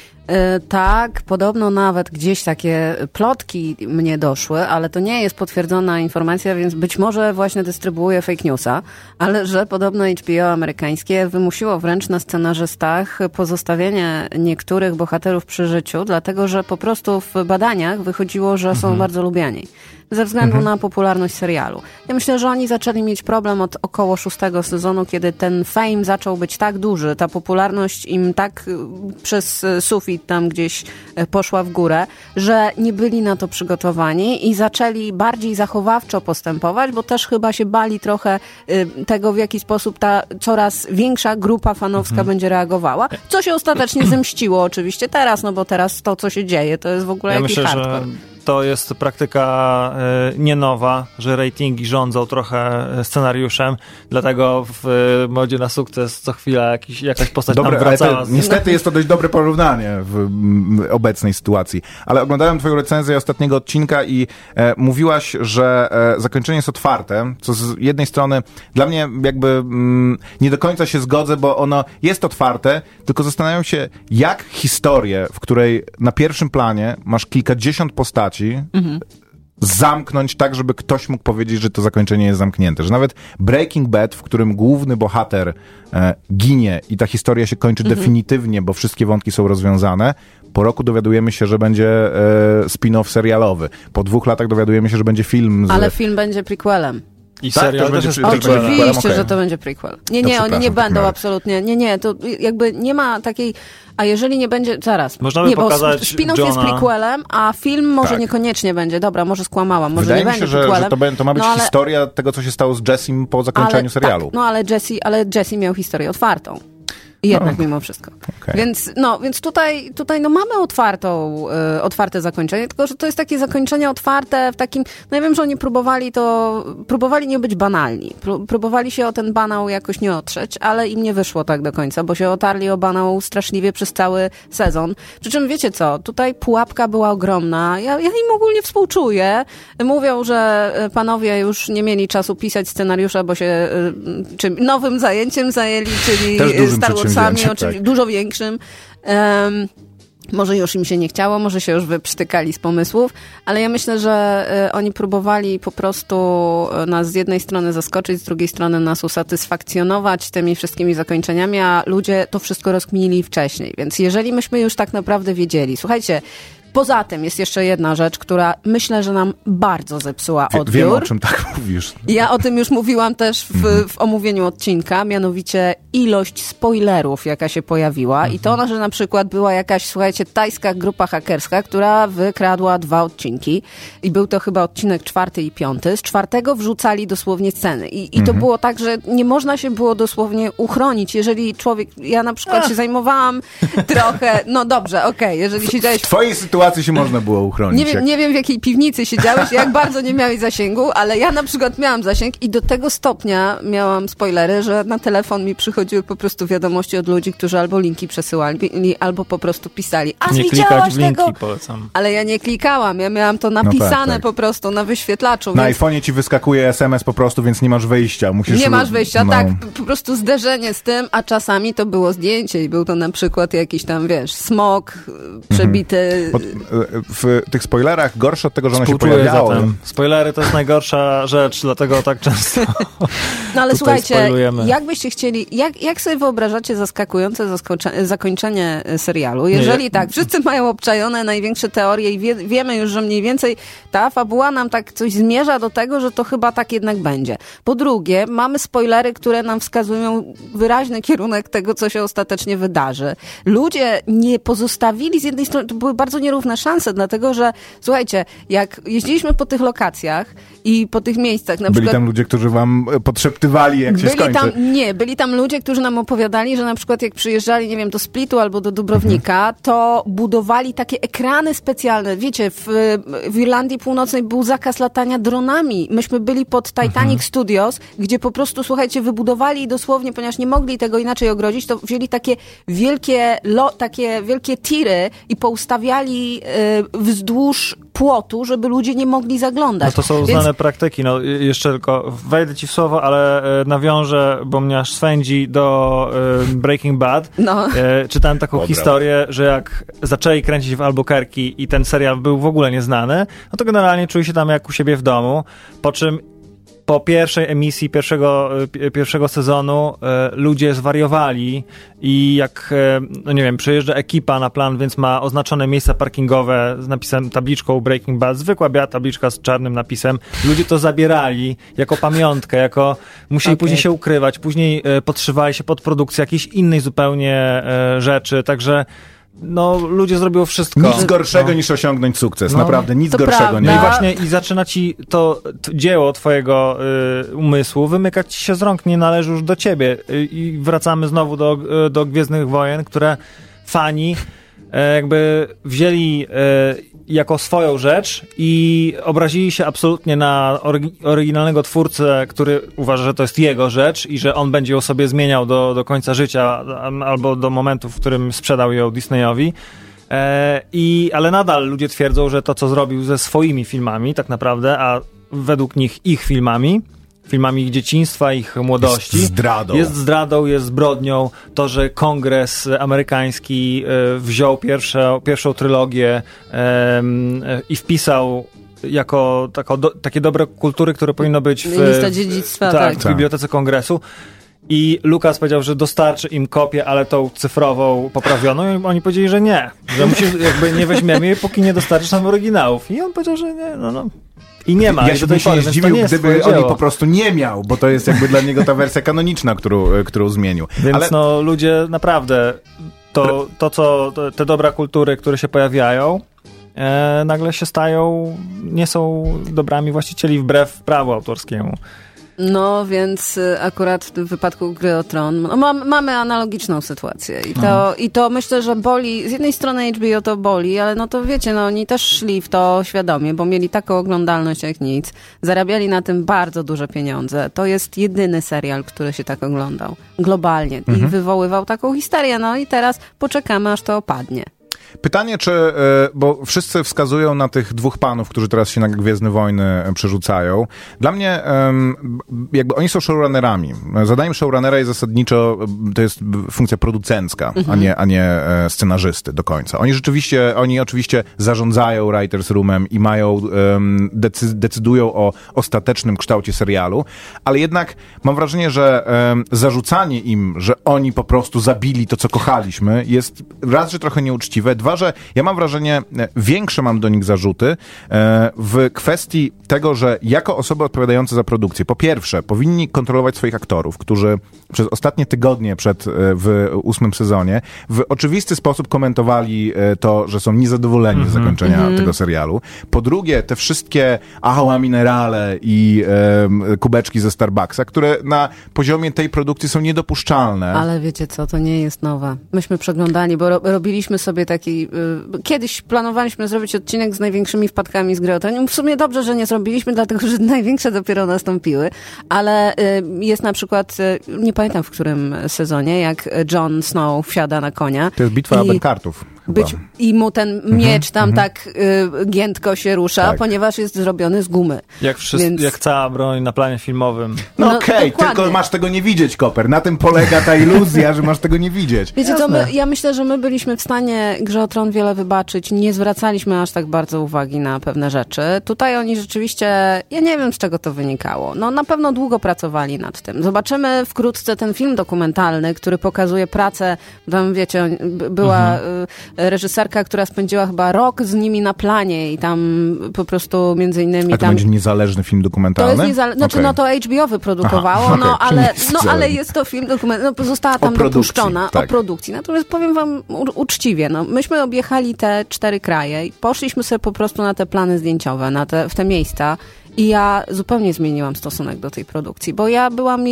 Tak, podobno nawet gdzieś takie plotki mnie doszły, ale to nie jest potwierdzona informacja, więc być może właśnie dystrybuuje fake newsa, ale że podobno HBO amerykańskie wymusiło wręcz na scenarzystach pozostawienie niektórych bohaterów przy życiu, dlatego że po prostu w badaniach wychodziło, że są bardzo lubiani. Ze względu na popularność serialu. Ja myślę, że oni zaczęli mieć problem od około 6. sezonu, kiedy ten fame zaczął być tak duży, ta popularność im tak przez sufit tam gdzieś poszła w górę, że nie byli na to przygotowani i zaczęli bardziej zachowawczo postępować, bo też chyba się bali trochę tego, w jaki sposób ta coraz większa grupa fanowska będzie reagowała, co się ostatecznie zemściło oczywiście teraz, no bo teraz to, co się dzieje, to jest w ogóle jakiś hardcore. To jest praktyka nie nowa, że ratingi rządzą trochę scenariuszem, dlatego w Modzie na sukces co chwila jakaś postać tam wracała. Niestety jest to dość dobre porównanie w obecnej sytuacji. Ale oglądałem twoją recenzję ostatniego odcinka i mówiłaś, że zakończenie jest otwarte, co z jednej strony dla mnie jakby nie do końca się zgodzę, bo ono jest otwarte, tylko zastanawiam się, jak historię, w której na pierwszym planie masz kilkadziesiąt postaci, zamknąć tak, żeby ktoś mógł powiedzieć, że to zakończenie jest zamknięte. Że nawet Breaking Bad, w którym główny bohater ginie i ta historia się kończy definitywnie, bo wszystkie wątki są rozwiązane, po roku dowiadujemy się, że będzie spin-off serialowy. Po 2 latach dowiadujemy się, że będzie film. Ale film będzie prequelem. I serial też jest oczywiście, że to będzie prequel. Nie, oni nie będą absolutnie. Nie, to jakby nie ma takiej... A jeżeli nie będzie... Zaraz. Można by pokazać spin-off jest prequelem, a film może niekoniecznie będzie. Dobra, może skłamałam. Może Wydaje nie mi się, będzie prequelem. że to ma być historia tego, co się stało z Jessim po zakończeniu serialu. Tak, ale Jesse miał historię otwartą. Jednak mimo wszystko. Okay. Więc tutaj mamy otwarte zakończenie, tylko że to jest takie zakończenie otwarte w takim, no ja wiem, że oni próbowali nie być banalni. Próbowali się o ten banał jakoś nie otrzeć, ale im nie wyszło tak do końca, bo się otarli o banał straszliwie przez cały sezon. Przy czym wiecie co, tutaj pułapka była ogromna. Ja im ogólnie współczuję. Mówią, że panowie już nie mieli czasu pisać scenariusza, bo się czym nowym zajęciem zajęli, czyli Star Warsami, oczywiście dużo większym. Może już im się nie chciało, może się już wyprztykali z pomysłów, ale ja myślę, że oni próbowali po prostu nas z jednej strony zaskoczyć, z drugiej strony nas usatysfakcjonować tymi wszystkimi zakończeniami, a ludzie to wszystko rozkminili wcześniej. Więc jeżeli myśmy już tak naprawdę wiedzieli, słuchajcie, poza tym jest jeszcze jedna rzecz, która myślę, że nam bardzo zepsuła odbiór. Wiem, o czym tak mówisz. Ja o tym już mówiłam też w omówieniu odcinka, mianowicie ilość spoilerów, jaka się pojawiła. I to, że na przykład była jakaś, słuchajcie, tajska grupa hakerska, która wykradła 2 odcinki. I był to chyba odcinek 4. i 5. Z 4. wrzucali dosłownie sceny. I to było tak, że nie można się było dosłownie uchronić. Jeżeli człowiek, ja na przykład się zajmowałam trochę, no dobrze, okej, jeżeli siedziałeś... W twojej sytuacji sytuacji się można było uchronić. Nie wiem, w jakiej piwnicy siedziałeś, jak bardzo nie miałeś zasięgu, ale ja na przykład miałam zasięg i do tego stopnia miałam spoilery, że na telefon mi przychodziły po prostu wiadomości od ludzi, którzy albo linki przesyłali, albo po prostu pisali. A nie klikać w linki, polecam. Ale ja nie klikałam, ja miałam to napisane tak. Po prostu na wyświetlaczu. Na iPhone'ie ci wyskakuje SMS po prostu, więc nie masz wyjścia. Nie masz wyjścia, tak. Po prostu zderzenie z tym, a czasami to było zdjęcie i był to na przykład jakiś tam, smok przebity. W tych spoilerach gorsze od tego, że one się pojawiały. Spoilery to jest najgorsza rzecz, dlatego tak często No ale słuchajcie, spoilujemy. jakbyście chcieli, jak sobie wyobrażacie zaskakujące zakończenie serialu? Jeżeli tak, wszyscy mają obczajone największe teorie i wiemy już, że mniej więcej ta fabuła nam tak coś zmierza do tego, że to chyba tak jednak będzie. Po drugie, mamy spoilery, które nam wskazują wyraźny kierunek tego, co się ostatecznie wydarzy. Ludzie nie pozostawili z jednej strony, to były bardzo nierówne szanse, dlatego że, słuchajcie, jak jeździliśmy po tych lokacjach i po tych miejscach, na przykład... Byli tam ludzie, którzy wam podszeptywali, jak się skończy. Byli tam ludzie, którzy nam opowiadali, że na przykład jak przyjeżdżali, nie wiem, do Splitu albo do Dubrownika, to budowali takie ekrany specjalne. Wiecie, w Irlandii Północnej był zakaz latania dronami. Myśmy byli pod Titanic Studios, gdzie po prostu, słuchajcie, wybudowali dosłownie, ponieważ nie mogli tego inaczej ogrodzić, to wzięli takie wielkie tiry i poustawiali wzdłuż płotu, żeby ludzie nie mogli zaglądać. No to są znane praktyki. No, jeszcze tylko wejdę ci w słowo, ale nawiążę, bo mnie aż swędzi do Breaking Bad. No. Czytałem taką historię, że jak zaczęli kręcić w Albuquerque i ten serial był w ogóle nieznany, no to generalnie czuli się tam jak u siebie w domu, po czym po pierwszej emisji pierwszego sezonu ludzie zwariowali i jak, no nie wiem, przyjeżdża ekipa na plan, więc ma oznaczone miejsca parkingowe z napisem, tabliczką Breaking Bad, zwykła biała tabliczka z czarnym napisem. Ludzie to zabierali jako pamiątkę, musieli później się ukrywać, później podszywali się pod produkcję jakiejś innej zupełnie rzeczy, także no, ludzie zrobiło wszystko. Nic gorszego niż osiągnąć sukces. Naprawdę, nic gorszego. Prawda. Nie. No i właśnie i zaczyna ci to dzieło twojego umysłu wymykać ci się z rąk, nie należy już do ciebie. I wracamy znowu do Gwiezdnych Wojen, które fani jakby wzięli jako swoją rzecz i obrazili się absolutnie na oryginalnego twórcę, który uważa, że to jest jego rzecz i że on będzie ją sobie zmieniał do końca życia albo do momentu, w którym sprzedał ją Disneyowi. Ale nadal ludzie twierdzą, że to, co zrobił ze swoimi filmami tak naprawdę, a według nich ich filmami ich dzieciństwa, ich młodości. Jest zdradą, jest zbrodnią. To, że Kongres amerykański wziął pierwszą trylogię i wpisał jako takie dobre kultury, które powinno być lista dziedzictwa, tak. W Bibliotece Kongresu. I Lucas powiedział, że dostarczy im kopię, ale tą cyfrową, poprawioną, i oni powiedzieli, że nie. Że nie weźmiemy jej, póki nie dostarczysz nam oryginałów. I on powiedział, że nie, no. I nie ma. Ja się nie zdziwił, gdyby on po prostu nie miał, bo to jest jakby dla niego ta wersja kanoniczna, którą zmienił. Więc ludzie naprawdę, te dobra kultury, które się pojawiają, nagle się nie są dobrami właścicieli wbrew prawu autorskiemu. No, więc akurat w wypadku Gry o Tron mamy analogiczną sytuację i to myślę, że boli, z jednej strony HBO to boli, ale no to wiecie, oni też szli w to świadomie, bo mieli taką oglądalność jak nic, zarabiali na tym bardzo duże pieniądze. To jest jedyny serial, który się tak oglądał globalnie i wywoływał taką histerię, no i teraz poczekamy, aż to opadnie. Pytanie, bo wszyscy wskazują na tych dwóch panów, którzy teraz się na Gwiezdne Wojny przerzucają. Dla mnie jakby oni są showrunnerami. Zadaniem showrunnera jest zasadniczo, to jest funkcja producencka, a nie scenarzysty do końca. Oni oczywiście zarządzają writers roomem i decydują o ostatecznym kształcie serialu, ale jednak mam wrażenie, że zarzucanie im, że oni po prostu zabili to, co kochaliśmy, jest raz, że trochę nieuczciwe, dwa, że ja mam wrażenie, większe mam do nich zarzuty w kwestii tego, że jako osoby odpowiadające za produkcję, po pierwsze, powinni kontrolować swoich aktorów, którzy przez ostatnie tygodnie w 8. sezonie w oczywisty sposób komentowali to, że są niezadowoleni z zakończenia tego serialu. Po drugie, te wszystkie ahła minerale i kubeczki ze Starbucksa, które na poziomie tej produkcji są niedopuszczalne. Ale wiecie co, to nie jest nowe. Myśmy przeglądali, bo robiliśmy sobie taki bardziej... Kiedyś planowaliśmy zrobić odcinek z największymi wpadkami z Gry o Tron. W sumie dobrze, że nie zrobiliśmy, dlatego że największe dopiero nastąpiły. Ale jest na przykład, nie pamiętam w którym sezonie, jak Jon Snow wsiada na konia. To jest bitwa Abenkartów. I mu ten miecz tam tak giętko się rusza, ponieważ jest zrobiony z gumy. Jak cała broń na planie filmowym. No okej, tylko masz tego nie widzieć, Koper. Na tym polega ta iluzja, że masz tego nie widzieć. Wiecie co, ja myślę, że my byliśmy w stanie Grze o Tron wiele wybaczyć. Nie zwracaliśmy aż tak bardzo uwagi na pewne rzeczy. Tutaj oni rzeczywiście, ja nie wiem, z czego to wynikało. No na pewno długo pracowali nad tym. Zobaczymy wkrótce ten film dokumentalny, który pokazuje pracę, tam wiecie, była reżyserka, która spędziła chyba rok z nimi na planie i tam po prostu między innymi... A to będzie niezależny film dokumentalny? To jest znaczy no to HBO wyprodukowało, ale jest to film dokumentalny, została tam dopuszczona o produkcji. Natomiast powiem wam uczciwie, myśmy objechali te 4 kraje i poszliśmy sobie po prostu na te plany zdjęciowe, w te miejsca i ja zupełnie zmieniłam stosunek do tej produkcji, bo ja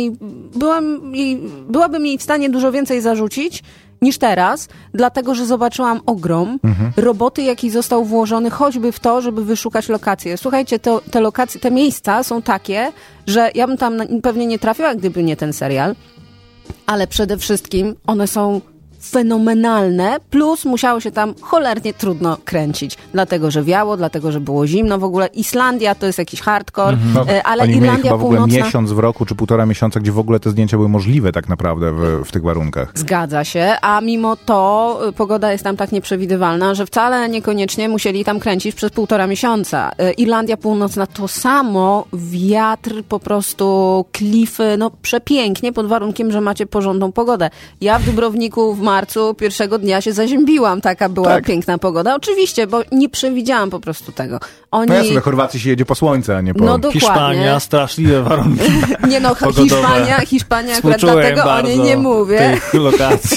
byłabym jej w stanie dużo więcej zarzucić niż teraz, dlatego, że zobaczyłam ogrom roboty, jaki został włożony choćby w to, żeby wyszukać lokacje. Słuchajcie, te lokacje, te miejsca są takie, że ja bym tam pewnie nie trafiła, gdyby nie ten serial, ale przede wszystkim one są fenomenalne, plus musiało się tam cholernie trudno kręcić. Dlatego, że wiało, dlatego, że było zimno. W ogóle Islandia to jest jakiś hardcore, ale oni Irlandia chyba Północna... w ogóle miesiąc w roku, czy 1,5 miesiąca, gdzie w ogóle te zdjęcia były możliwe tak naprawdę w tych warunkach. Zgadza się, a mimo to pogoda jest tam tak nieprzewidywalna, że wcale niekoniecznie musieli tam kręcić przez 1,5 miesiąca. Irlandia Północna to samo, wiatr, po prostu klify, przepięknie, pod warunkiem, że macie porządną pogodę. Ja w Dubrowniku w marcu pierwszego dnia się zaziębiłam, taka była piękna pogoda. Oczywiście, bo nie przewidziałam po prostu tego. No jasne, do Chorwacji się jedzie po słońce, a nie po... Hiszpania, straszliwe warunki. Nie Hiszpania akurat dlatego o niej nie mówię. Tych lokacji.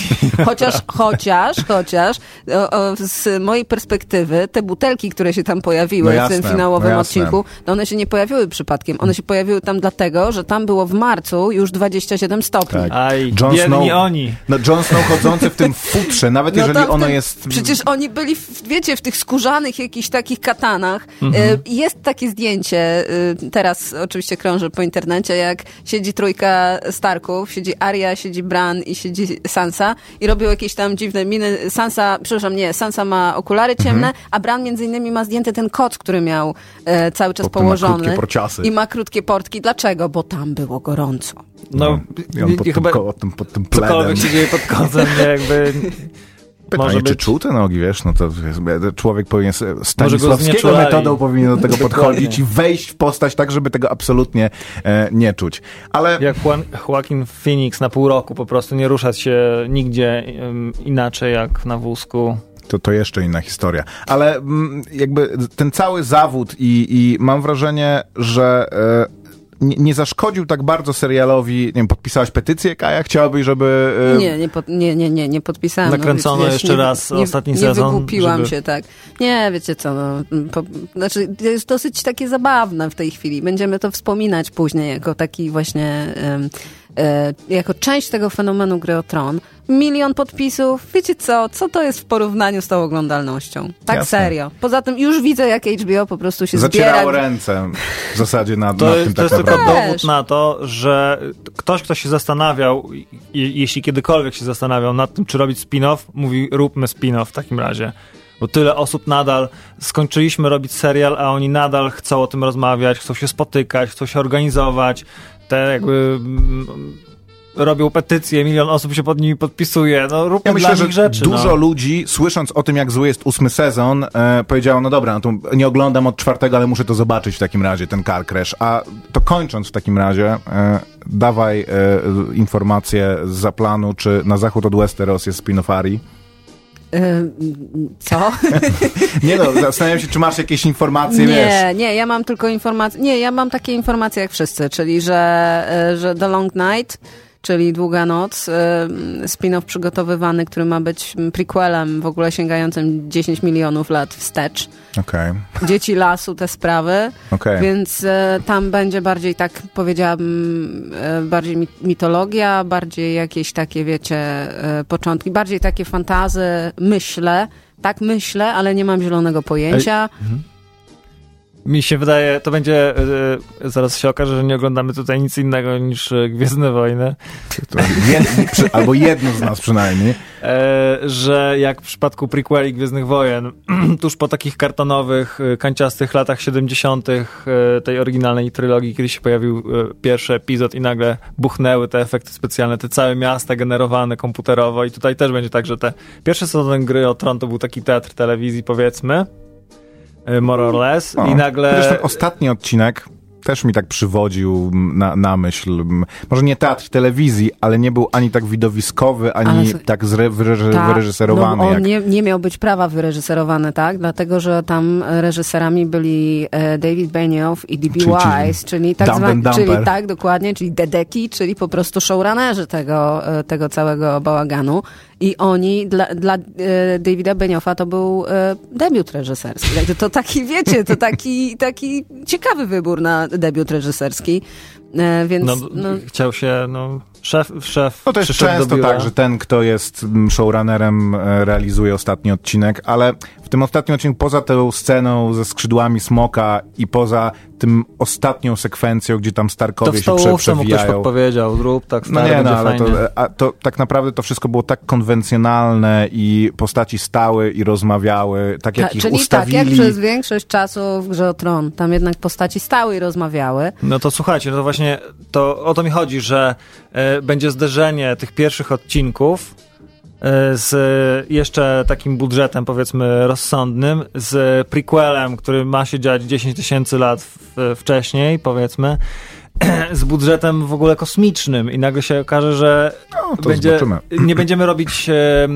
Chociaż z mojej perspektywy te butelki, które się tam pojawiły w tym finałowym odcinku, one się nie pojawiły przypadkiem. One się pojawiły tam dlatego, że tam było w marcu już 27 stopni. Tak. Aj, biedni oni. Jon Snow chodzący w tym futrze, nawet jeżeli ono jest... Przecież oni byli, w tych skórzanych jakichś takich katanach. Jest takie zdjęcie, teraz oczywiście krąży po internecie, jak siedzi trójka Starków, siedzi Arya, siedzi Bran i siedzi Sansa i robią jakieś tam dziwne miny. Sansa ma okulary ciemne, a Bran między innymi ma zdjęty ten koc, który miał cały czas położony. I ma krótkie portki. Dlaczego? Bo tam było gorąco. Chyba pod tym pledem. Cokolwiek się dzieje pod kocem, jakby... Pytanie, czy czuł te nogi, wiesz, to człowiek powinien Stanisławskiego metodą powinien do tego podchodzić i wejść w postać tak, żeby tego absolutnie nie czuć. Ale... Jak Joaquin Phoenix na pół roku po prostu nie ruszać się nigdzie inaczej jak na wózku. To jeszcze inna historia. Ale jakby ten cały zawód i mam wrażenie, że... Nie zaszkodził tak bardzo serialowi, nie wiem, podpisałaś petycję, Kaja? Chciałabyś, żeby... Nie podpisałam. Nakręcono jeszcze raz ostatni sezon. Nie wykupiłam się, tak. Nie, wiecie co, znaczy to jest dosyć takie zabawne w tej chwili. Będziemy to wspominać później jako taki właśnie... jako część tego fenomenu Gry o Tron. 1 milion podpisów. Wiecie co to jest w porównaniu z tą oglądalnością? Tak jasne. Serio. Poza tym już widzę, jak HBO po prostu się zacierało ręce w zasadzie nad tym tak naprawdę. To jest tylko dowód na to, że kto się zastanawiał, jeśli kiedykolwiek się zastanawiał nad tym, czy robić spin-off, mówi róbmy spin-off w takim razie. Bo tyle osób nadal, skończyliśmy robić serial, a oni nadal chcą o tym rozmawiać, chcą się spotykać, chcą się organizować. Robią petycje, 1 milion osób się pod nimi podpisuje. Róbmy myślę, dla nich rzeczy. Dużo ludzi, słysząc o tym, jak zły jest 8 sezon, powiedziało, dobra, to nie oglądam od 4, ale muszę to zobaczyć w takim razie, ten car crash. A to kończąc w takim razie, dawaj informacje z planu, czy na zachód od Westeros jest spin-off Arii. Co? Zastanawiam się, czy masz jakieś informacje, wiesz? Nie, ja mam tylko informacje. Nie, ja mam takie informacje jak wszyscy, czyli że The Long Night, czyli Długa Noc, spin-off przygotowywany, który ma być prequelem w ogóle sięgającym 10 milionów lat wstecz. Okay. Dzieci lasu, te sprawy. Okay. Więc tam będzie bardziej, tak powiedziałabym, bardziej mitologia, bardziej jakieś takie, wiecie, początki, bardziej takie fantazy, myślę, Tak myślę, ale nie mam zielonego pojęcia. Mi się wydaje, to będzie, zaraz się okaże, że nie oglądamy tutaj nic innego niż Gwiezdne Wojny. Albo jedno z nas przynajmniej. Że jak w przypadku prequeli Gwiezdnych Wojen, tuż po takich kartonowych, kanciastych latach 70. tej oryginalnej trylogii, kiedy się pojawił pierwszy epizod i nagle buchnęły te efekty specjalne, te całe miasta generowane komputerowo i tutaj też będzie tak, że te pierwsze sezony Gry o Tron to był taki teatr telewizji, powiedzmy, more or less, i nagle... Zresztą ostatni odcinek też mi tak przywodził na myśl. Może nie teatr telewizji, ale nie był ani tak widowiskowy, ani tak wyreżyserowany. No, on nie miał być prawa wyreżyserowany, tak? Dlatego, że tam reżyserami byli David Benioff i D.B. Wise, czyli tak zwani, czyli dedeki, czyli po prostu showrunnerzy tego całego bałaganu. I oni, dla Davida Benioffa to był debiut reżyserski. Także to taki, wiecie, to taki ciekawy wybór na debiut reżyserski. Więc, chciał się, szef No to jest często tak, że ten, kto jest showrunnerem, realizuje ostatni odcinek, ale w tym ostatnim odcinku, poza tą sceną ze skrzydłami smoka i poza tym ostatnią sekwencją, gdzie tam Starkowie się przewijają. Ktoś podpowiedział, zrób tak, ale to tak naprawdę to wszystko było tak konwencjonalne i postaci stały i rozmawiały, tak jak ich ustawili. Tak jak przez większość czasu w Grze o Tron. Tam jednak postaci stały i rozmawiały. No to słuchajcie, to właśnie o to mi chodzi, że będzie zderzenie tych pierwszych odcinków z jeszcze takim budżetem, powiedzmy, rozsądnym, z prequelem, który ma się dziać 10 000 lat wcześniej, powiedzmy, z budżetem w ogóle kosmicznym i nagle się okaże, że nie będziemy robić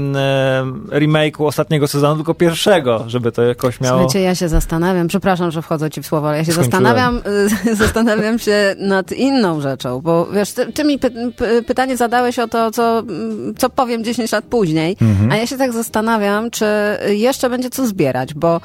remake'u ostatniego sezonu, tylko pierwszego, żeby to jakoś miało... Słuchajcie, ja się zastanawiam, przepraszam, że wchodzę ci w słowo, ale ja się zastanawiam się nad inną rzeczą, bo wiesz, ty mi pytanie zadałeś o to, co powiem 10 lat później, a ja się tak zastanawiam, czy jeszcze będzie co zbierać, bo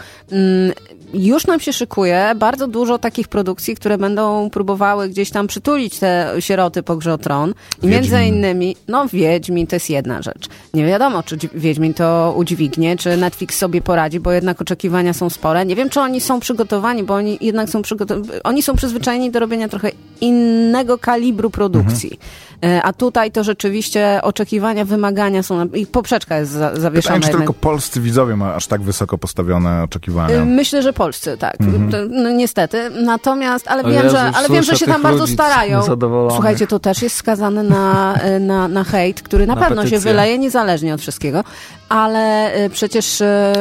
już nam się szykuje bardzo dużo takich produkcji, które będą próbowały gdzieś tam przytulić te sieroty po Grze o Tron. I między innymi, Wiedźmin to jest jedna rzecz. Nie wiadomo, czy Wiedźmin to udźwignie, czy Netflix sobie poradzi, bo jednak oczekiwania są spore. Nie wiem, czy oni są przygotowani, bo oni jednak oni są przyzwyczajeni do robienia trochę innego kalibru produkcji. A tutaj to rzeczywiście oczekiwania, wymagania są... I poprzeczka jest zawieszona. Pytanie, czy tylko polscy widzowie mają aż tak wysoko postawione oczekiwania? Myślę, że polscy, tak. Niestety. Natomiast, ale wiem, że się tam bardzo starają. Słuchajcie, to też jest skazane na hejt, który na pewno się wyleje niezależnie od wszystkiego. Ale przecież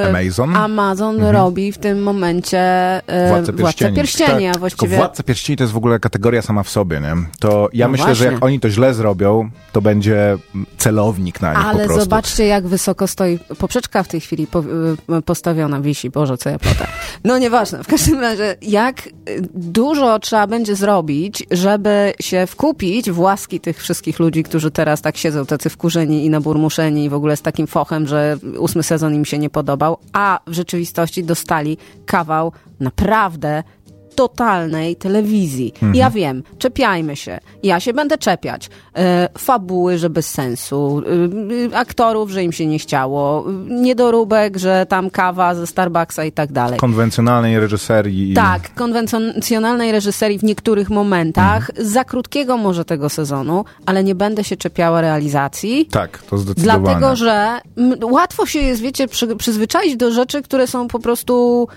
Amazon robi w tym momencie Władcę Pierścieni. Tak. Właściwie... Tylko Władca Pierścieni to jest w ogóle kategoria sama w sobie, nie? To ja myślę, że jak oni to źle zrobią, to będzie celownik na nich po prostu. Ale zobaczcie, jak wysoko stoi poprzeczka w tej chwili postawiona, wisi. Boże, co ja plotę. No nieważne. W każdym razie, jak dużo trzeba będzie zrobić, żeby się wkupić w łaski tych wszystkich ludzi, którzy teraz tak siedzą, tacy wkurzeni i naburmuszeni i w ogóle z takim fochem, że 8 sezon im się nie podobał, a w rzeczywistości dostali kawał naprawdę totalnej telewizji. Ja wiem, czepiajmy się. Ja się będę czepiać. Fabuły, że bez sensu. Aktorów, że im się nie chciało. Niedoróbek, że tam kawa ze Starbucksa i tak dalej. Konwencjonalnej reżyserii. Tak, konwencjonalnej reżyserii w niektórych momentach. Za krótkiego może tego sezonu, ale nie będę się czepiała realizacji. Tak, to zdecydowanie. Dlatego, że łatwo się jest, wiecie, przyzwyczaić do rzeczy, które są po prostu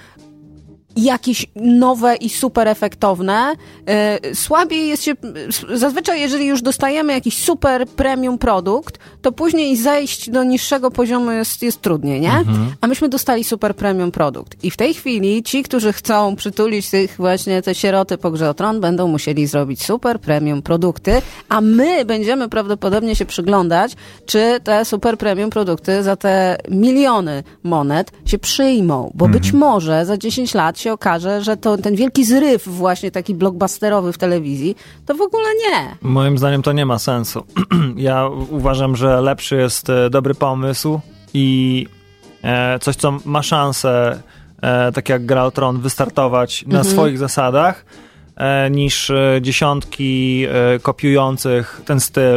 jakieś nowe i super efektowne. Słabiej jest się, zazwyczaj jeżeli już dostajemy jakiś super premium produkt, to później zejść do niższego poziomu jest trudniej, nie? A myśmy dostali super premium produkt. I w tej chwili ci, którzy chcą przytulić te sieroty po Grze o Tron, będą musieli zrobić super premium produkty, a my będziemy prawdopodobnie się przyglądać, czy te super premium produkty za te miliony monet się przyjmą, bo być może za 10 lat się okaże, że ten wielki zryw właśnie taki blockbusterowy w telewizji, to w ogóle nie. Moim zdaniem to nie ma sensu. Ja uważam, że lepszy jest dobry pomysł i coś, co ma szansę, tak jak Gra o Tron, wystartować na swoich zasadach, niż dziesiątki kopiujących ten styl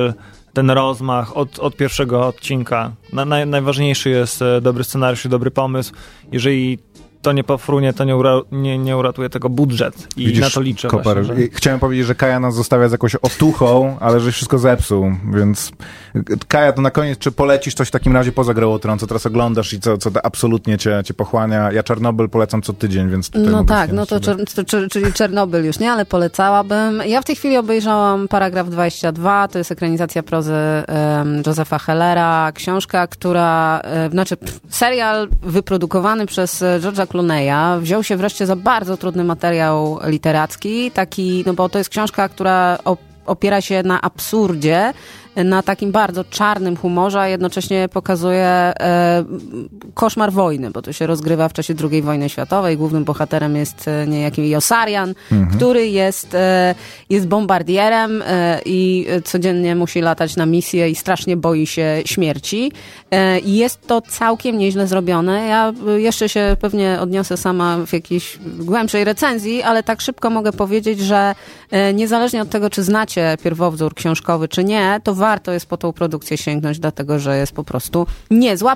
ten rozmach od pierwszego odcinka. Najważniejszy jest dobry scenariusz i dobry pomysł. Jeżeli to nie pofrunie, to nie uratuje tego budżet. I widzisz, na to liczę. Kopar, właśnie, że... Chciałem powiedzieć, że Kaja nas zostawia z jakąś otuchą, ale żeś wszystko zepsuł, więc Kaja, to na koniec, czy polecisz coś w takim razie poza Grą o Tron, co teraz oglądasz i co absolutnie cię pochłania? Ja Czarnobyl polecam co tydzień, więc... No tak, no to czyli Czarnobyl już nie, ale polecałabym. Ja w tej chwili obejrzałam Paragraf 22, to jest ekranizacja prozy Josepha Hellera, książka, która, serial wyprodukowany przez George'a Clooney'a, wziął się wreszcie za bardzo trudny materiał literacki, taki, no bo to jest książka, która opiera się na absurdzie, na takim bardzo czarnym humorze, a jednocześnie pokazuje koszmar wojny, bo to się rozgrywa w czasie II wojny światowej. Głównym bohaterem jest niejaki Josarian, który jest bombardierem i codziennie musi latać na misję i strasznie boi się śmierci. Jest to całkiem nieźle zrobione. Ja jeszcze się pewnie odniosę sama w jakiejś głębszej recenzji, ale tak szybko mogę powiedzieć, że niezależnie od tego, czy znacie pierwowzór książkowy, czy nie, to warto jest po tą produkcję sięgnąć, dlatego że jest po prostu niezła.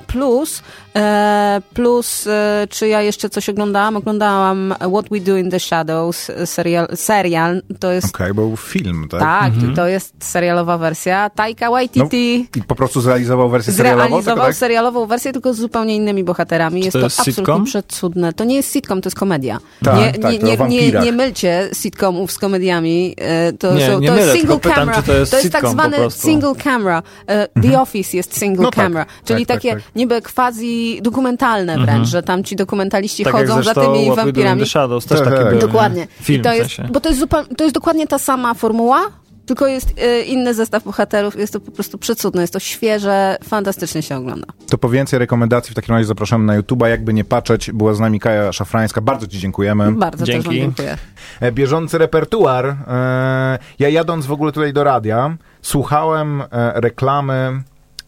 Plus czy ja jeszcze coś oglądałam? Oglądałam What We Do in the Shadows, serial. To jest... Okej, był film, tak? Tak, to jest serialowa wersja. Taika Waititi. I po prostu zrealizował wersję serialową? Zrealizował serialową wersję, tylko z zupełnie innymi bohaterami. Jest to absolutnie przecudne. To nie jest sitcom, to jest komedia. Nie mylcie sitcomów z komediami. To jest single camera. To jest tak zwany single camera. The Office jest single camera. Czyli takie niby quasi dokumentalne wręcz, że tam ci dokumentaliści chodzą za tymi wampirami. The Shadows też taki był. Dokładnie. Film, bo to jest dokładnie ta sama formuła, tylko jest inny zestaw bohaterów. Jest to po prostu przecudne. Jest to świeże, fantastycznie się ogląda. To po więcej rekomendacji w takim razie zapraszamy na YouTube'a. Jakby nie patrzeć, była z nami Kaja Szafrańska. Bardzo ci dziękujemy. Bardzo też wam dziękuję. Bieżący repertuar. Ja jadąc w ogóle tutaj do radia, słuchałem reklamy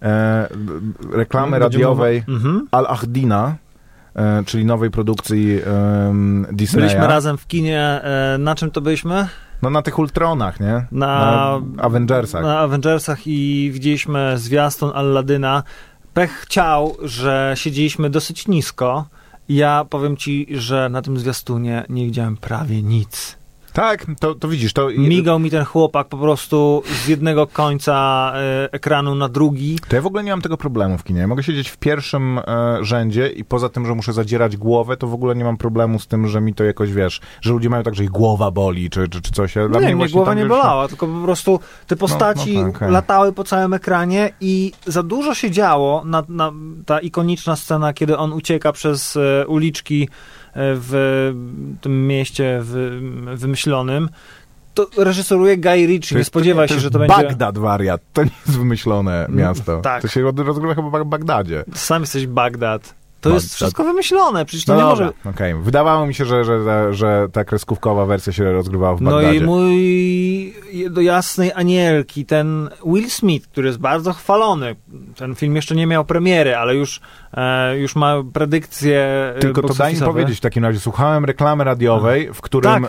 radiowej Al-Ahdina, czyli nowej produkcji Disneya. Byliśmy razem w kinie. Na czym to byliśmy? No na tych Ultronach, nie? Na Avengersach. Na Avengersach i widzieliśmy zwiastun Alladyna. Pech chciał, że siedzieliśmy dosyć nisko. Ja powiem ci, że na tym zwiastunie nie widziałem prawie nic. Tak, to widzisz. Migał mi ten chłopak po prostu z jednego końca ekranu na drugi. To ja w ogóle nie mam tego problemu w kinie. Ja mogę siedzieć w pierwszym rzędzie i poza tym, że muszę zadzierać głowę, to w ogóle nie mam problemu z tym, że mi to jakoś, wiesz, że ludzie mają tak, że ich głowa boli, czy coś. Dla mnie głowa nie bolała, tylko po prostu te postaci latały po całym ekranie i za dużo się działo na ta ikoniczna scena, kiedy on ucieka przez uliczki w tym mieście wymyślonym, to reżyseruje Guy Ritchie. Nie spodziewaj się, że to będzie... Bagdad, wariat. To nie jest wymyślone miasto. Tak. To się rozgrywa chyba w Bagdadzie. Sam jesteś Bagdad. To jest wszystko wymyślone, przecież to nie może... Okej. Wydawało mi się, że ta kreskówkowa wersja się rozgrywała w Bagdadzie. No i mój do jasnej anielki, ten Will Smith, który jest bardzo chwalony, ten film jeszcze nie miał premiery, ale już ma predykcje. Tylko to daj mi powiedzieć w takim razie, słuchałem reklamy radiowej, w którym...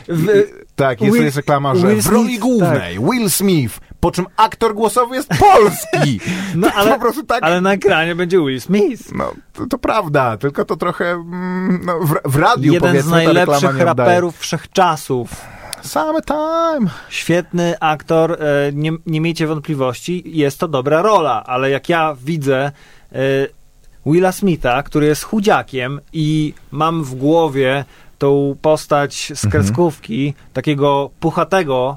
Jest reklama, że w roli głównej Will Smith, po czym aktor głosowy jest polski. No ale, po prostu tak... ale na ekranie będzie Will Smith. No, to prawda, tylko to trochę w radiu, jeden z najlepszych raperów wszechczasów. Summertime. Świetny aktor, nie miejcie wątpliwości, jest to dobra rola, ale jak ja widzę Willa Smitha, który jest chudziakiem i mam w głowie tą postać z kreskówki, takiego puchatego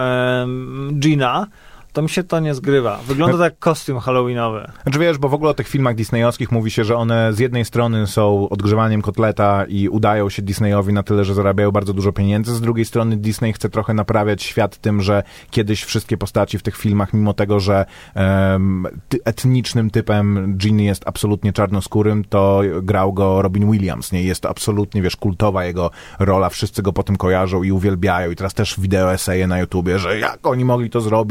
Gina, to mi się to nie zgrywa. Wygląda to jak kostium halloweenowy. Znaczy wiesz, bo w ogóle o tych filmach disneyowskich mówi się, że one z jednej strony są odgrzewaniem kotleta i udają się Disneyowi na tyle, że zarabiają bardzo dużo pieniędzy, z drugiej strony Disney chce trochę naprawiać świat tym, że kiedyś wszystkie postaci w tych filmach, mimo tego, że etnicznym typem Ginny jest absolutnie czarnoskórym, to grał go Robin Williams, nie? Jest to absolutnie, wiesz, kultowa jego rola, wszyscy go po tym kojarzą i uwielbiają i teraz też wideo eseje na YouTubie, że jak oni mogli to zrobić, że naprawdę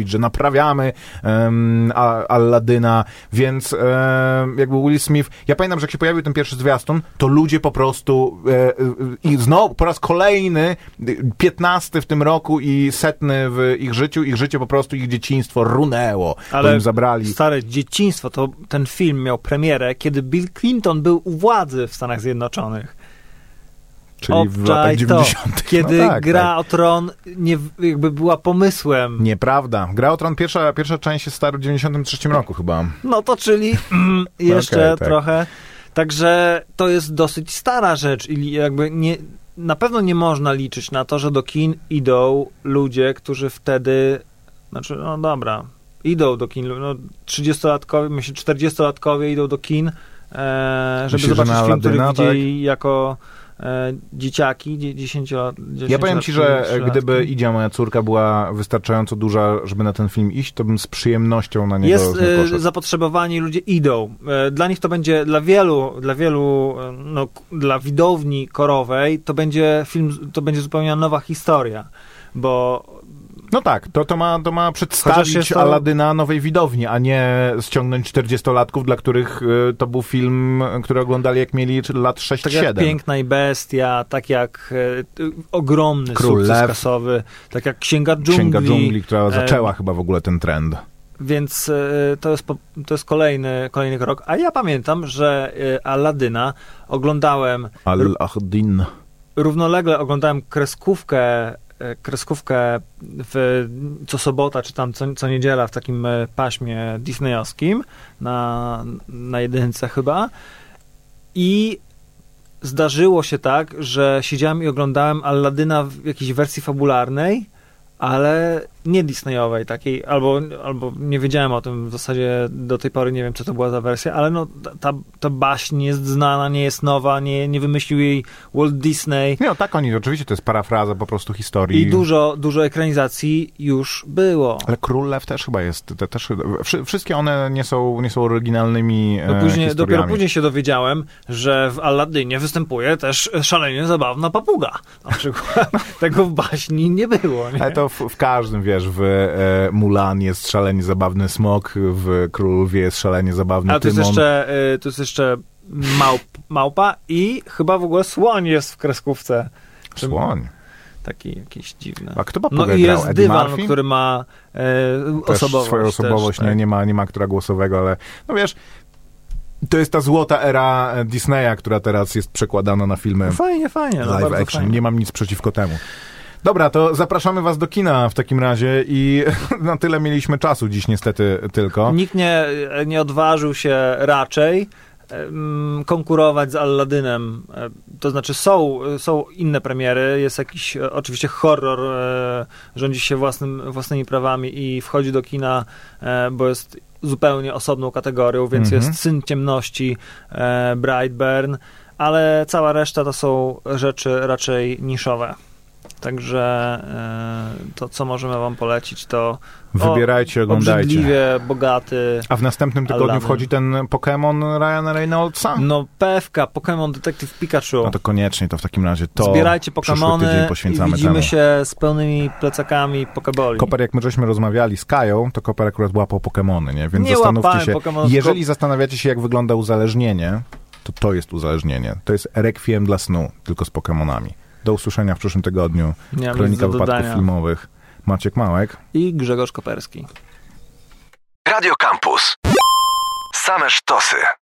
pozdrawiamy Alladyna, więc jakby Will Smith, ja pamiętam, że jak się pojawił ten pierwszy zwiastun, to ludzie po prostu i znowu po raz kolejny 15 w tym roku i 100 w ich życie po prostu, ich dzieciństwo runęło, ale bo im zabrali. Stare dzieciństwo, to ten film miał premierę, kiedy Bill Clinton był u władzy w Stanach Zjednoczonych. Czyli w latach 90. Kiedy Gra o Tron jakby była pomysłem. Nieprawda. Gra o Tron, pierwsza część jest stara w 93 roku chyba. No to czyli jeszcze trochę. Także to jest dosyć stara rzecz i jakby na pewno nie można liczyć na to, że do kin idą ludzie, którzy wtedy, znaczy, no dobra, idą do kin, no 30-latkowie, myślę 40-latkowie idą do kin, żeby zobaczyć film, który widzieli jako dzieciaki, 10 lat. Ja powiem ci, że gdyby Idzia, moja córka, była wystarczająco duża, żeby na ten film iść, to bym z przyjemnością na niego poszedł. Jest zapotrzebowanie, ludzie idą. Dla nich to będzie, dla wielu, no, dla widowni korowej, to będzie film, to będzie zupełnie nowa historia, bo no tak, to ma przedstawić Alladyna nowej widowni, a nie ściągnąć 40-latków, dla których to był film, który oglądali jak mieli lat 6-7. Tak jak Piękna i Bestia, tak jak ogromny Król sukces Lew, kasowy, tak jak Księga Dżungli. Księga Dżungli, która zaczęła chyba w ogóle ten trend. Więc to jest kolejny krok. A ja pamiętam, że Alladyna oglądałem... Aladdin. Równolegle oglądałem kreskówkę co sobota, czy tam co niedziela w takim paśmie disneyowskim na jedynce chyba i zdarzyło się tak, że siedziałem i oglądałem Alladyna w jakiejś wersji fabularnej, ale nie disneyowej takiej, albo nie wiedziałem o tym, w zasadzie do tej pory nie wiem, co to była za wersja, ale no ta baśń nie jest znana, nie jest nowa, nie wymyślił jej Walt Disney. Nie, tak oni, oczywiście to jest parafraza po prostu historii. I dużo ekranizacji już było. Ale Król Lew też chyba jest, wszystkie one nie są oryginalnymi historiami. Dopiero później się dowiedziałem, że w Alladynie występuje też szalenie zabawna papuga. Na przykład tego w baśni nie było. Nie? Ale to w każdym, wiesz, w Mulan jest szalenie zabawny smok, w Królu Lwie jest szalenie zabawny Tymon. To jest jeszcze małpa i chyba w ogóle słoń jest w kreskówce. Słoń? Taki jakiś dziwny. A kto papugę grał? I jest Eddie dywan, Murphy? Który ma osobowość. Swoją osobowość, też, tak. nie ma aktora głosowego, ale no wiesz, to jest ta złota era Disneya, która teraz jest przekładana na filmy fajnie, live action. Fajnie. Nie mam nic przeciwko temu. Dobra, to zapraszamy was do kina w takim razie i na tyle mieliśmy czasu dziś niestety tylko. Nikt nie odważył się raczej konkurować z Alladynem. To znaczy są inne premiery, jest jakiś oczywiście horror, rządzi się własnymi prawami i wchodzi do kina, bo jest zupełnie osobną kategorią, więc jest Syn Ciemności, Brightburn, ale cała reszta to są rzeczy raczej niszowe. Także to, co możemy wam polecić, to wybierajcie, oglądajcie. Obrzydliwie bogaty. A w następnym tygodniu Aladdin. wchodzi ten Pokémon Ryana Reynoldsa? No pewka, Pokémon Detective Pikachu. No to koniecznie, to w takim razie to zbierajcie Pokémony i widzimy temu. się z pełnymi plecakami Pokeboli. Koper, jak my żeśmy rozmawiali z Kają, to Koper akurat łapał Pokémony, nie? Więc nie zastanówcie się, Pokemonów, jeżeli zastanawiacie się, jak wygląda uzależnienie, to jest uzależnienie. To jest rekwiem dla snu, tylko z Pokémonami. Do usłyszenia w przyszłym tygodniu. Kronika wypadków filmowych. Maciek Małek i Grzegorz Koperski. Radio Campus. Same sztosy.